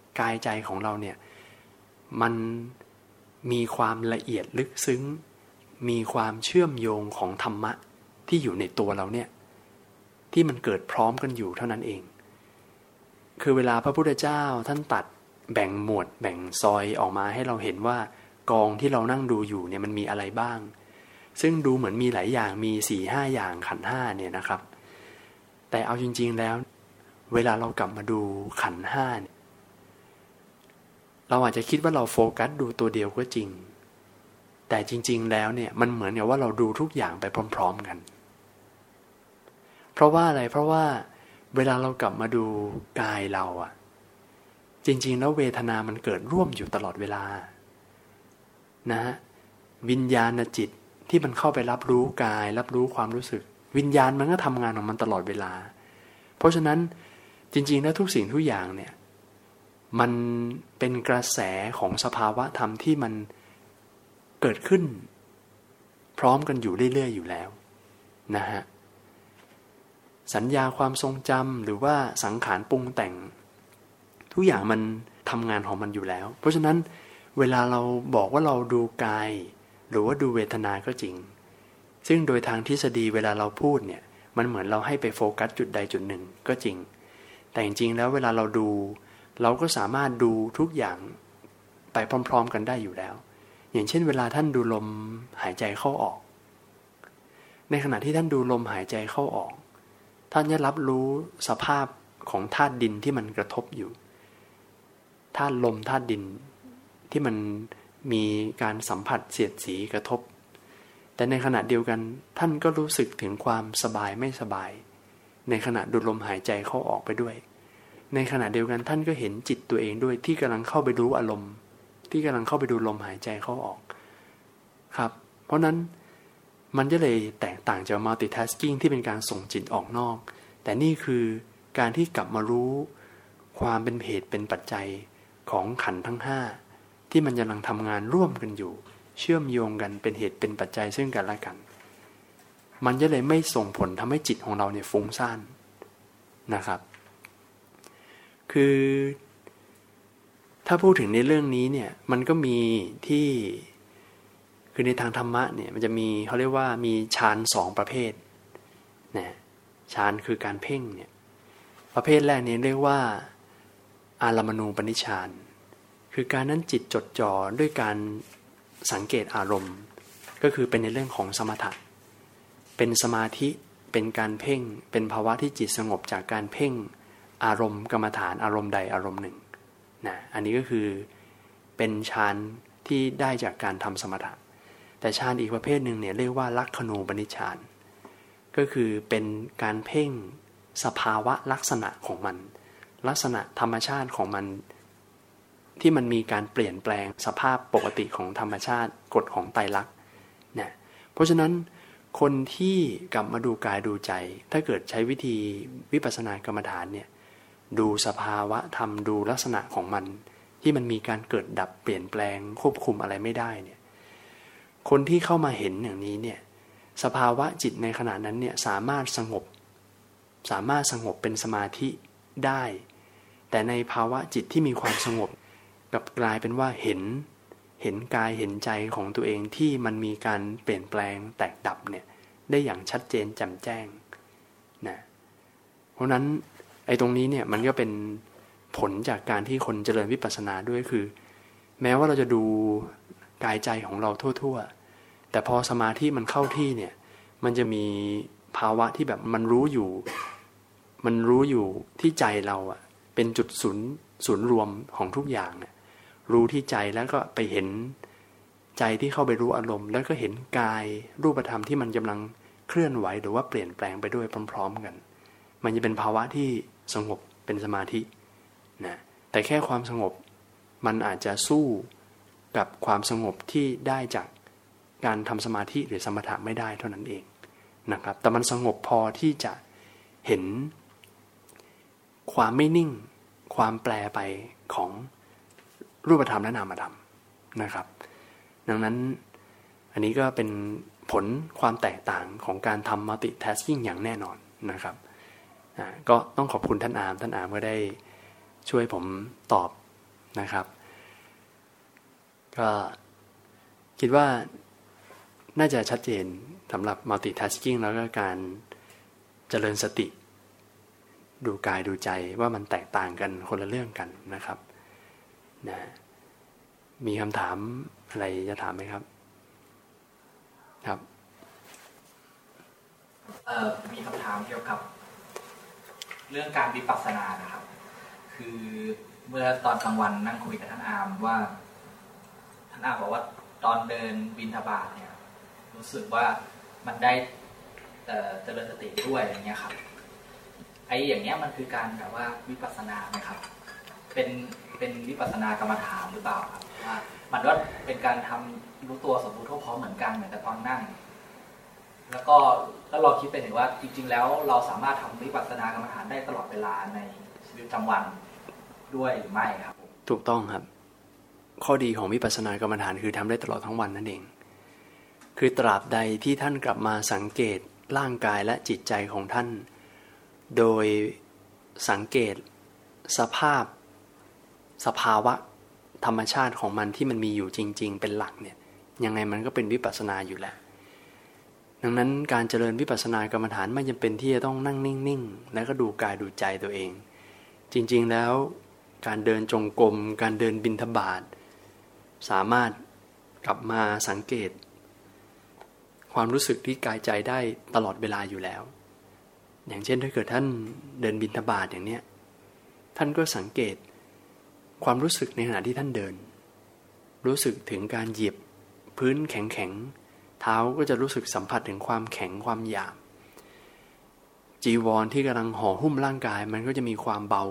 กายใจของเราเนี่ยมันมีความละเอียดลึกซึ้งมีความเชื่อมโยงของธรรมะที่อยู่ในตัวเราเนี่ยที่มันเกิดพร้อมกันอยู่เท่านั้นเองคือเวลาพระพุทธเจ้าท่านตัดแบ่งหมวดแบ่งซอยออกมาให้เราเห็นว่ากองที่เรานั่งดูอยู่เนี่ยมันมีอะไรบ้างซึ่งดูเหมือนมีหลายอย่างมี 4-5 อย่างขันธ์5เนี่ยนะครับแต่เอาจริงๆแล้วเวลาเรากลับมาดูขันธ์5เนี่ยเราอาจจะคิดว่าเราโฟกัสดูตัวเดียวก็จริงแต่จริงๆแล้วเนี่ยมันเหมือนกับว่าเราดูทุกอย่างไปพร้อมๆกันเพราะว่าอะไรเพราะว่าเวลาเรากลับมาดูกายเราอะจริงๆแล้วเวทนามันเกิดร่วมอยู่ตลอดเวลานะวิญญาณจิตที่มันเข้าไปรับรู้กายรับรู้ความรู้สึกวิญญาณมันก็ทำงานของมันตลอดเวลาเพราะฉะนั้นจริงๆแล้วทุกสิ่งทุกอย่างเนี่ยมันเป็นกระแสของสภาวะธรรมที่มันเกิดขึ้นพร้อมกันอยู่เรื่อยๆอยู่แล้วนะฮะสัญญาความทรงจำหรือว่าสังขารปรุงแต่งทุกอย่างมันทำงานของมันอยู่แล้วเพราะฉะนั้นเวลาเราบอกว่าเราดูกายหรือว่าดูเวทนาก็จริงซึ่งโดยทางทฤษฎีเวลาเราพูดเนี่ยมันเหมือนเราให้ไปโฟกัสจุดใดจุดหนึ่งก็จริงแต่จริงๆแล้วเวลาเราดูเราก็สามารถดูทุกอย่างไปพร้อมๆกันได้อยู่แล้วอย่างเช่นเวลาท่านดูลมหายใจเข้าออกในขณะที่ท่านดูลมหายใจเข้าออกท่านจะรับรู้สภาพของธาตุดินที่มันกระทบอยู่ธาตุลมธาตุดินที่มันมีการสัมผัสเสียดสีกระทบแต่ในขณะเดียวกันท่านก็รู้สึกถึงความสบายไม่สบายในขณะดูลมหายใจเข้าออกไปด้วยในขณะเดียวกันท่านก็เห็นจิตตัวเองด้วยที่กำลังเข้าไปรู้อารมณ์ที่กำลังเข้าไปดูลมหายใจเข้าออกครับเพราะนั้นมันจะเลยแตกต่างจาก multitasking ที่เป็นการส่งจิตออกนอกแต่นี่คือการที่กลับมารู้ความเป็นเหตุเป็นปัจจัยของขันธ์ทั้ง5ที่มันกำลังทำงานร่วมกันอยู่เชื่อมโยงกันเป็นเหตุเป็นปัจจัยซึ่งกันและกันมันจะเลยไม่ส่งผลทำให้จิตของเราเนี่ยฟุ้งซ่านนะครับคือถ้าพูดถึงในเรื่องนี้เนี่ยมันก็มีที่คือในทางธรรมะเนี่ยมันจะมีเขาเรียกว่ามีฌาน2ประเภทนะฌานคือการเพ่งเนี่ยประเภทแรกนี้เรียกว่าอารมณูปนิชฌานคือการนั้นจิตจดจ่อด้วยการสังเกตอารมณ์ก็คือเป็นในเรื่องของสมถะเป็นสมาธิเป็นการเพ่งเป็นภาวะที่จิตสงบจากการเพ่งอารมณ์กรรมฐานอารมณ์ใดอารมณ์หนึ่งนะอันนี้ก็คือเป็นฌานที่ได้จากการทำสมถะแต่ฌานอีกประเภทหนึ่งเนี่ยเรียกว่าลักขณูปนิชฌานก็คือเป็นการเพ่งสภาวะลักษณะของมันลักษณะธรรมชาติของมันที่มันมีการเปลี่ยนแปลงสภาพปกติของธรรมชาติกฎของไตรลักษณ์เนี่ยเพราะฉะนั้นคนที่กลับมาดูกายดูใจถ้าเกิดใช้วิธีวิปัสสนากรรมฐานเนี่ยดูสภาวะธรรมดูลักษณะของมันที่มันมีการเกิดดับเปลี่ยนแปลงควบคุมอะไรไม่ได้เนี่ยคนที่เข้ามาเห็นอย่างนี้เนี่ยสภาวะจิตในขณะนั้นเนี่ยสามารถสงบเป็นสมาธิได้แต่ในภาวะจิตที่มีความสงบกลับกลายเป็นว่าเห็นกายเห็นใจของตัวเองที่มันมีการเปลี่ยนแปลงแตกดับเนี่ยได้อย่างชัดเจนแจ่มแจ้งนะเพราะนั้นไอ้ตรงนี้เนี่ยมันก็เป็นผลจากการที่คนเจริญวิปัสสนาด้วยคือแม้ว่าเราจะดูกายใจของเราทั่วๆแต่พอสมาธิมันเข้าที่เนี่ยมันจะมีภาวะที่แบบมันรู้อยู่ที่ใจเราอะเป็นจุดศูนย์รวมของทุกอย่างเนี่ยรู้ที่ใจแล้วก็ไปเห็นใจที่เข้าไปรู้อารมณ์แล้วก็เห็นกายรูปธรรมที่มันกำลังเคลื่อนไหวหรือว่าเปลี่ยนแปลงไปด้วยพร้อมๆกันมันจะเป็นภาวะที่สงบเป็นสมาธินะแต่แค่ความสงบมันอาจจะสู้กับความสงบที่ได้จากการทำสมาธิหรือสมถะไม่ได้เท่านั้นเองนะครับแต่มันสงบพอที่จะเห็นความไม่นิ่งความแปรไปของรูปธรรมและนามธรรมนะครับดังนั้นอันนี้ก็เป็นผลความแตกต่างของการทำ multitasking อย่างแน่นอนนะครับก็ต้องขอบคุณท่านอาร์มก็ได้ช่วยผมตอบนะครับก็คิดว่าน่าจะชัดเจนสำหรับ multitasking แล้วก็การเจริญสติดูกายดูใจว่ามันแตกต่างกันคนละเรื่องกันนะครับนะมีคำถามอะไรจะถามไหมครับครับมีคำถามเกี่ยวกับเรื่องการวิปัสสนานะครับคือเมื่อตอนกลางวันนั่งคุยกับท่านอาร์มว่าท่านอาร์มบอกว่าตอนเดินบิณฑบาตเนี่ยรู้สึกว่ามันได้เจริญสติด้วยอย่างเงี้ยครับไอ้อย่างเงี้ยมันคือการแบบว่าวิปัสสนาไหมครับเป็นวิปัสสนากรรมฐานหรือเปล่าครับว่ามันก็เป็นการทำรู้ตัวสมบูรณ์ทั่วพร้อมเหมือนกันเหมือนแต่ตอนนั่งแล้วเราคิดไปถึงว่าจริงๆแล้วเราสามารถทำวิปัสสนากรรมฐานได้ตลอดเวลาในชีวิตประจำวันด้วยหรือไม่ครับถูกต้องครับข้อดีของวิปัสสนากรรมฐานคือทำได้ตลอดทั้งวันนั่นเองคือตราบใดที่ท่านกลับมาสังเกตร่างกายและจิตใจของท่านโดยสังเกตสภาวะธรรมชาติของมันที่มันมีอยู่จริงๆเป็นหลักเนี่ยยังไงมันก็เป็นวิปัสสนาอยู่แล้วดังนั้นการเจริญวิปัสสนากรรมฐานไม่จำเป็นที่จะต้องนั่งนิ่งๆแล้วก็ดูกายดูใจตัวเองจริงๆแล้วการเดินจงกรมการเดินบิณฑบาตสามารถกลับมาสังเกตความรู้สึกที่กายใจได้ตลอดเวลาอยู่แล้วอย่างเช่นถ้าเกิดท่านเดินบิณฑบาตอย่างเนี้ยท่านก็สังเกตความรู้สึกในขณะที่ท่านเดินรู้สึกถึงการเหยียบพื้นแข็งๆเท้าก็จะรู้สึกสัมผัสถึงความแข็งความหยาบจีวรที่กำลังห่อหุ้มร่างกายมันก็จะมีความเบา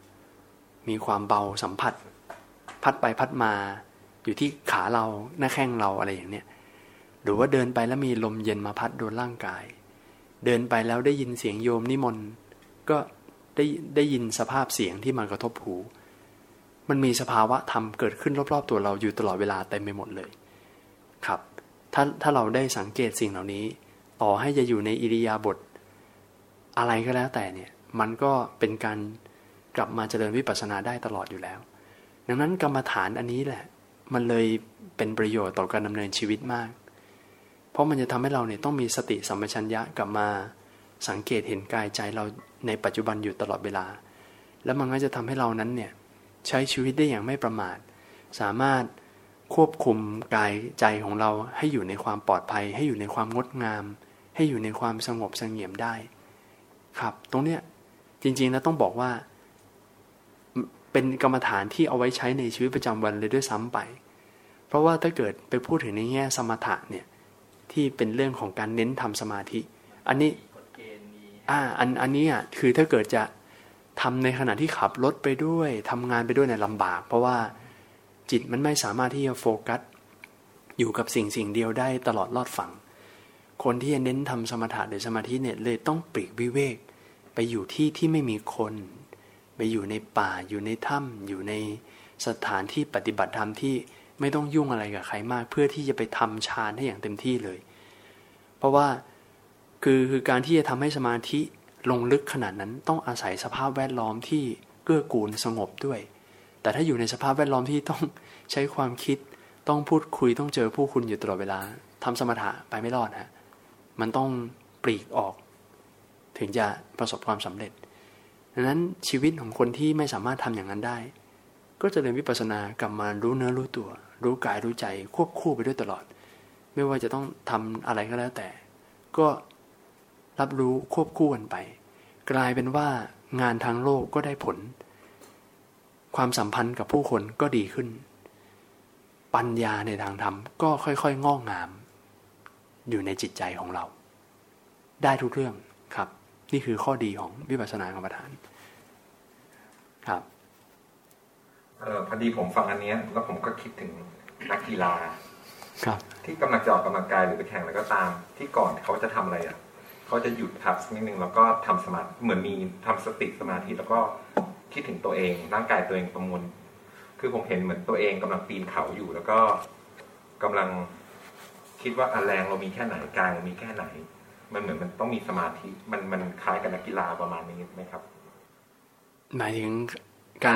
สัมผัสพัดไปพัดมาอยู่ที่ขาเราหน้าแข้งเราอะไรอย่างเนี้ยหรือว่าเดินไปแล้วมีลมเย็นมาพัดโดนร่างกายเดินไปแล้วได้ยินเสียงโยมนิมนต์ก็ได้ยินสภาพเสียงที่มากระทบหูมันมีสภาวะธรรมเกิดขึ้นรอบๆตัวเราอยู่ตลอดเวลาเต็มไปหมดเลยครับถ้าเราได้สังเกตสิ่งเหล่านี้ต่อให้จะอยู่ในอิริยาบถอะไรก็แล้วแต่เนี่ยมันก็เป็นการกลับมาเจริญวิปัสสนาได้ตลอดอยู่แล้วดังนั้นกรรมฐานอันนี้แหละมันเลยเป็นประโยชน์ต่อการดำเนินชีวิตมากเพราะมันจะทำให้เราเนี่ยต้องมีสติสัมปชัญญะกลับมาสังเกตเห็นกายใจเราในปัจจุบันอยู่ตลอดเวลาแล้วมันก็จะทำให้เรานั้นเนี่ยใช้ชีวิตได้อย่างไม่ประมาทสามารถควบคุมกายใจของเราให้อยู่ในความปลอดภัยให้อยู่ในความงดงามให้อยู่ในความสงบเสงี่ยมได้ครับตรงเนี้ยจริงๆแล้วต้องบอกว่าเป็นกรรมฐานที่เอาไว้ใช้ในชีวิตประจำวันเลยด้วยซ้ำไปเพราะว่าถ้าเกิดไปพูดถึงในแง่สมถะเนี่ยที่เป็นเรื่องของการเน้นทำสมาธิอันนี้อันนี้อ่ะคือถ้าเกิดจะทำในขณะที่ขับรถไปด้วยทำงานไปด้วยเนี่ยลำบากเพราะว่าจิตมันไม่สามารถที่จะโฟกัสอยู่กับสิ่งเดียวได้ตลอดรอดฝั่งคนที่จะเน้นทำสมถะหรือสมาธิเนี่ยเลยต้องปลีกวิเวกไปอยู่ที่ไม่มีคนไปอยู่ในป่าอยู่ในถ้ำอยู่ในสถานที่ปฏิบัติธรรมที่ไม่ต้องยุ่งอะไรกับใครมากเพื่อที่จะไปทำฌานให้อย่างเต็มที่เลยเพราะว่าคือการที่จะทำให้สมาธิลงลึกขนาดนั้นต้องอาศัยสภาพแวดล้อมที่เกื้อกูลสงบด้วยแต่ถ้าอยู่ในสภาพแวดล้อมที่ต้องใช้ความคิดต้องพูดคุยต้องเจอผู้คนอยู่ตลอดเวลาทำสมถะไปไม่รอดฮะมันต้องปลีกออกถึงจะประสบความสำเร็จดังนั้นชีวิตของคนที่ไม่สามารถทำอย่างนั้นได้ก็จะเรียนวิปัสสนากลับมารู้เนื้อรู้ตัวรู้กายรู้ใจควบคู่ไปด้วยตลอดไม่ว่าจะต้องทำอะไรก็แล้วแต่ก็รับรู้ควบคู่กันไปกลายเป็นว่างานทางโลกก็ได้ผลความสัมพันธ์กับผู้คนก็ดีขึ้นปัญญาในทางธรรมก็ค่อยๆงอกงามอยู่ในจิตใจของเราได้ทุกเรื่องครับนี่คือข้อดีของวิปัสสนากรรมฐานครับพอดีผมฟังอันนี้แล้วผมก็คิดถึงนักกีฬาครับที่กำลังจะออกกำลังกายหรือไปแข่งอะไรก็ตามที่ก่อนเขาจะทำอะไรเขาจะหยุดพักนิดนึงแล้วก็ทำสมาธิเหมือนมีทำสติสมาธิแล้วก็คิดถึงตัวเองร่างกายตัวเองประมวลคือผมเห็นเหมือนตัวเองกำลังปีนเขาอยู่แล้วก็กำลังคิดว่าแรงเรามีแค่ไหนกายเรามีแค่ไหนมันเหมือนมันต้องมีสมาธิมันคล้ายกับนักกีฬาประมาณนี้ไหมครับหมายถึงการ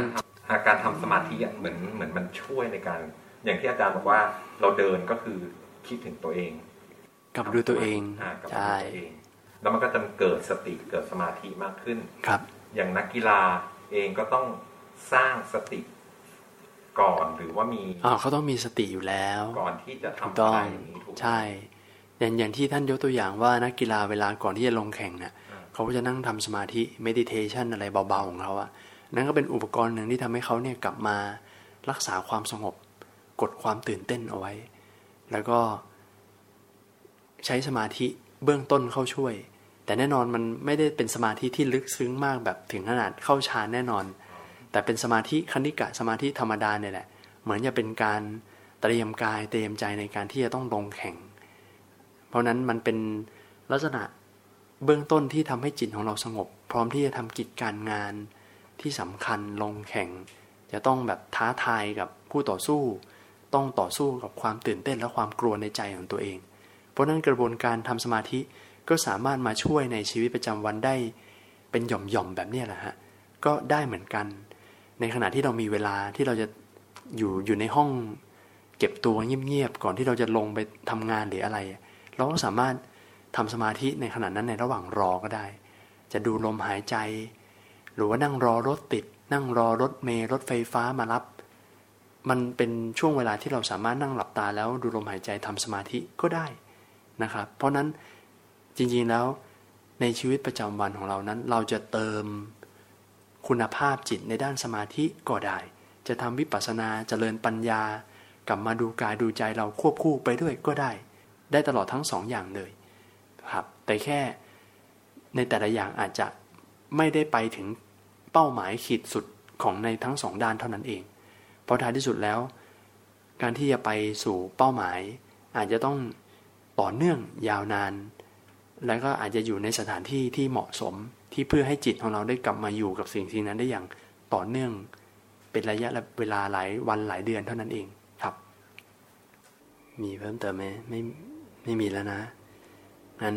การทำสมาธิเหมือนมันช่วยในการ อย่างที่อาจารย์บอกว่าเราเดินก็คือคิดถึงตัวเองกับดูตัวเองใช่แล้วมันก็จะเกิดสติเกิดสมาธิมากขึ้นครับอย่างนักกีฬาเองก็ต้องสร้างสติก่อนหรือว่ามีเขาต้องมีสติอยู่แล้วก่อนที่จะทำอะไรอย่างนี้ถูกใช่อย่างที่ท่านยกตัวอย่างว่านักกีฬาเวลาก่อนที่จะลงแข่งเนี่ยเขาก็จะนั่งทำสมาธิ meditation อะไรเบาๆของเขาอะนั่นก็เป็นอุปกรณ์หนึ่งที่ทำให้เขาเนี่ยกลับมารักษาความสงบกดความตื่นเต้นเอาไว้แล้วก็ใช้สมาธิเบื้องต้นเข้าช่วยแต่แน่นอนมันไม่ได้เป็นสมาธิที่ลึกซึ้งมากแบบถึงขนาดเข้าฌานแน่นอนแต่เป็นสมาธิคณิกะสมาธิธรรมดาเนี่ยแหละเหมือนจะเป็นการเตรียมกายเตรียมใจในการที่จะต้องลงแข่งเพราะนั้นมันเป็นลักษณะเบื้องต้นที่ทำให้จิตของเราสงบพร้อมที่จะทำกิจการงานที่สำคัญลงแข่งจะต้องแบบท้าทายกับผู้ต่อสู้ต้องต่อสู้กับความตื่นเต้นและความกลัวในใจของตัวเองเพราะนั้นกระบวนการทำสมาธิก็สามารถมาช่วยในชีวิตประจำวันได้เป็นหย่อมๆแบบนี้แหละฮะก็ได้เหมือนกันในขณะที่เรามีเวลาที่เราจะอยู่ในห้องเก็บตัวเงียบๆก่อนที่เราจะลงไปทำงานหรืออะไรเราก็สามารถทำสมาธิในขณะนั้นในระหว่างรอก็ได้จะดูลมหายใจหรือว่านั่งรอรถติดนั่งรอรถเมล์รถไฟฟ้ามารับมันเป็นช่วงเวลาที่เราสามารถนั่งหลับตาแล้วดูลมหายใจทำสมาธิก็ได้นะครับเพราะนั้นจริงๆแล้วในชีวิตประจำวันของเรานั้นเราจะเติมคุณภาพจิตในด้านสมาธิก็ได้จะทำวิปัสสนาเจริญปัญญากลับมาดูกายดูใจเราควบคู่ไปด้วยก็ได้ตลอดทั้งสองอย่างเลยครับแต่แค่ในแต่ละอย่างอาจจะไม่ได้ไปถึงเป้าหมายขีดสุดของในทั้งสองด้านเท่านั้นเองเพราะท้ายที่สุดแล้วการที่จะไปสู่เป้าหมายอาจจะต้องต่อเนื่องยาวนานแล้วก็อาจจะอยู่ในสถานที่ที่เหมาะสมที่เพื่อให้จิตของเราได้กลับมาอยู่กับสิ่งนั้นได้อย่างต่อเนื่องเป็นระยะเวลาหลายวันหลายเดือนเท่านั้นเองครับมีเพิ่มเติมไหมไม่มีแล้วนะงั้น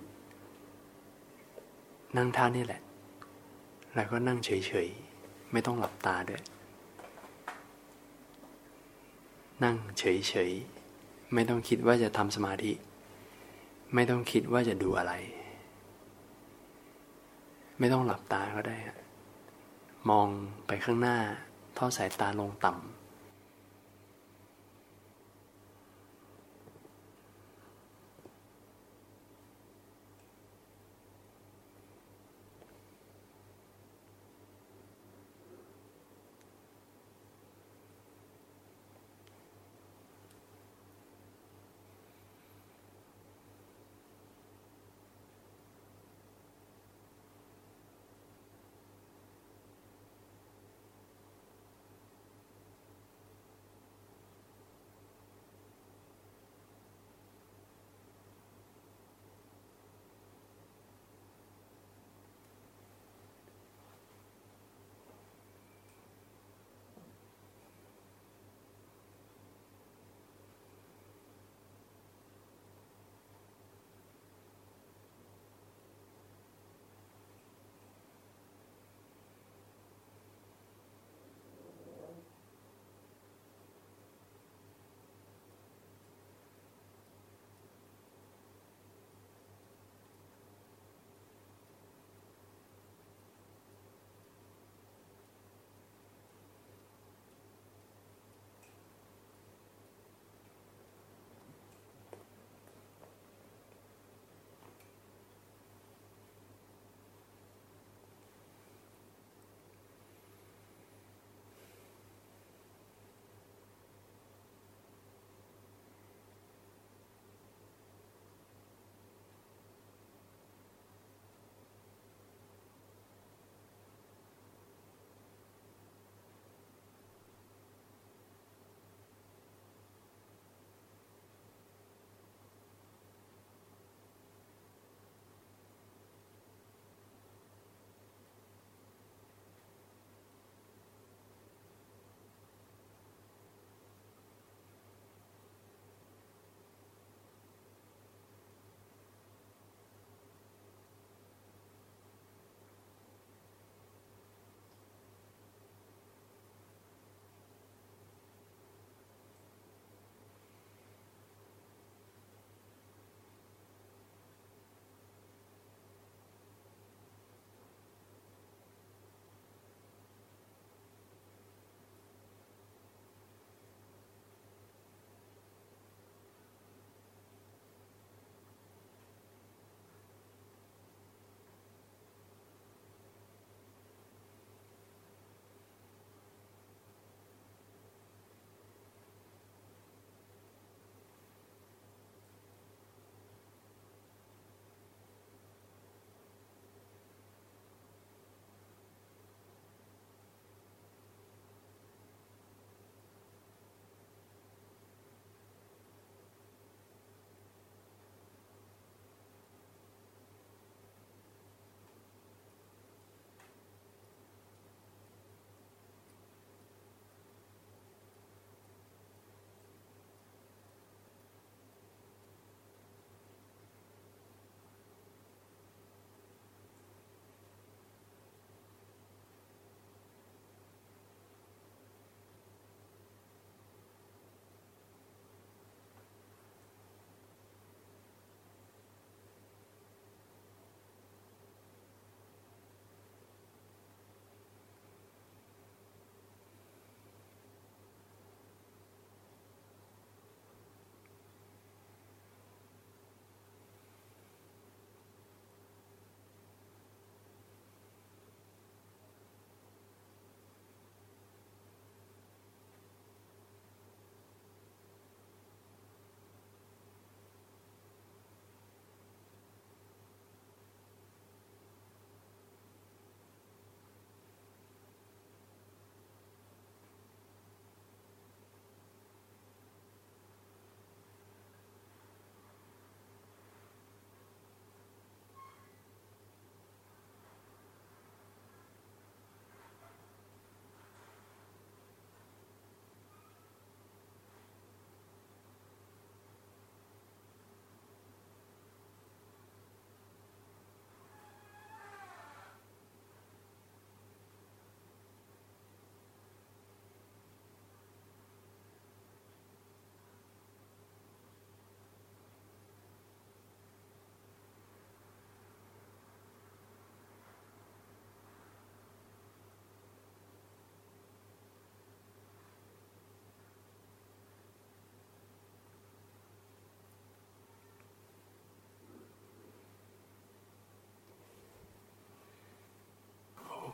นั่งท่านี่แหละแล้วก็นั่งเฉยๆไม่ต้องหลับตาด้วยนั่งเฉยๆไม่ต้องคิดว่าจะทำสมาธิไม่ต้องคิดว่าจะดูอะไรไม่ต้องหลับตาก็ได้มองไปข้างหน้าทอดสายตาลงต่ำ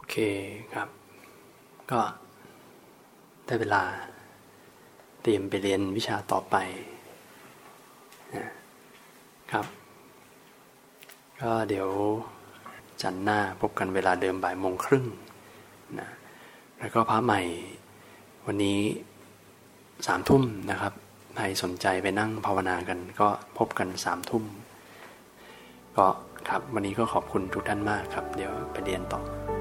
เคครับ ก็ได้เวลาเตรียมไปเรียนวิชาต่อไปนะครับก็เดี๋ยวจันทร์หน้าพบกันเวลาเดิม13:30นะแล้วก็พระใหม่วันนี้20:00 นะครับใครสนใจไปนั่งภาวนากันก็พบกัน20:00ก็ครับวันนี้ก็ขอบคุณทุกท่านมากครับเดี๋ยวไปเรียนต่อ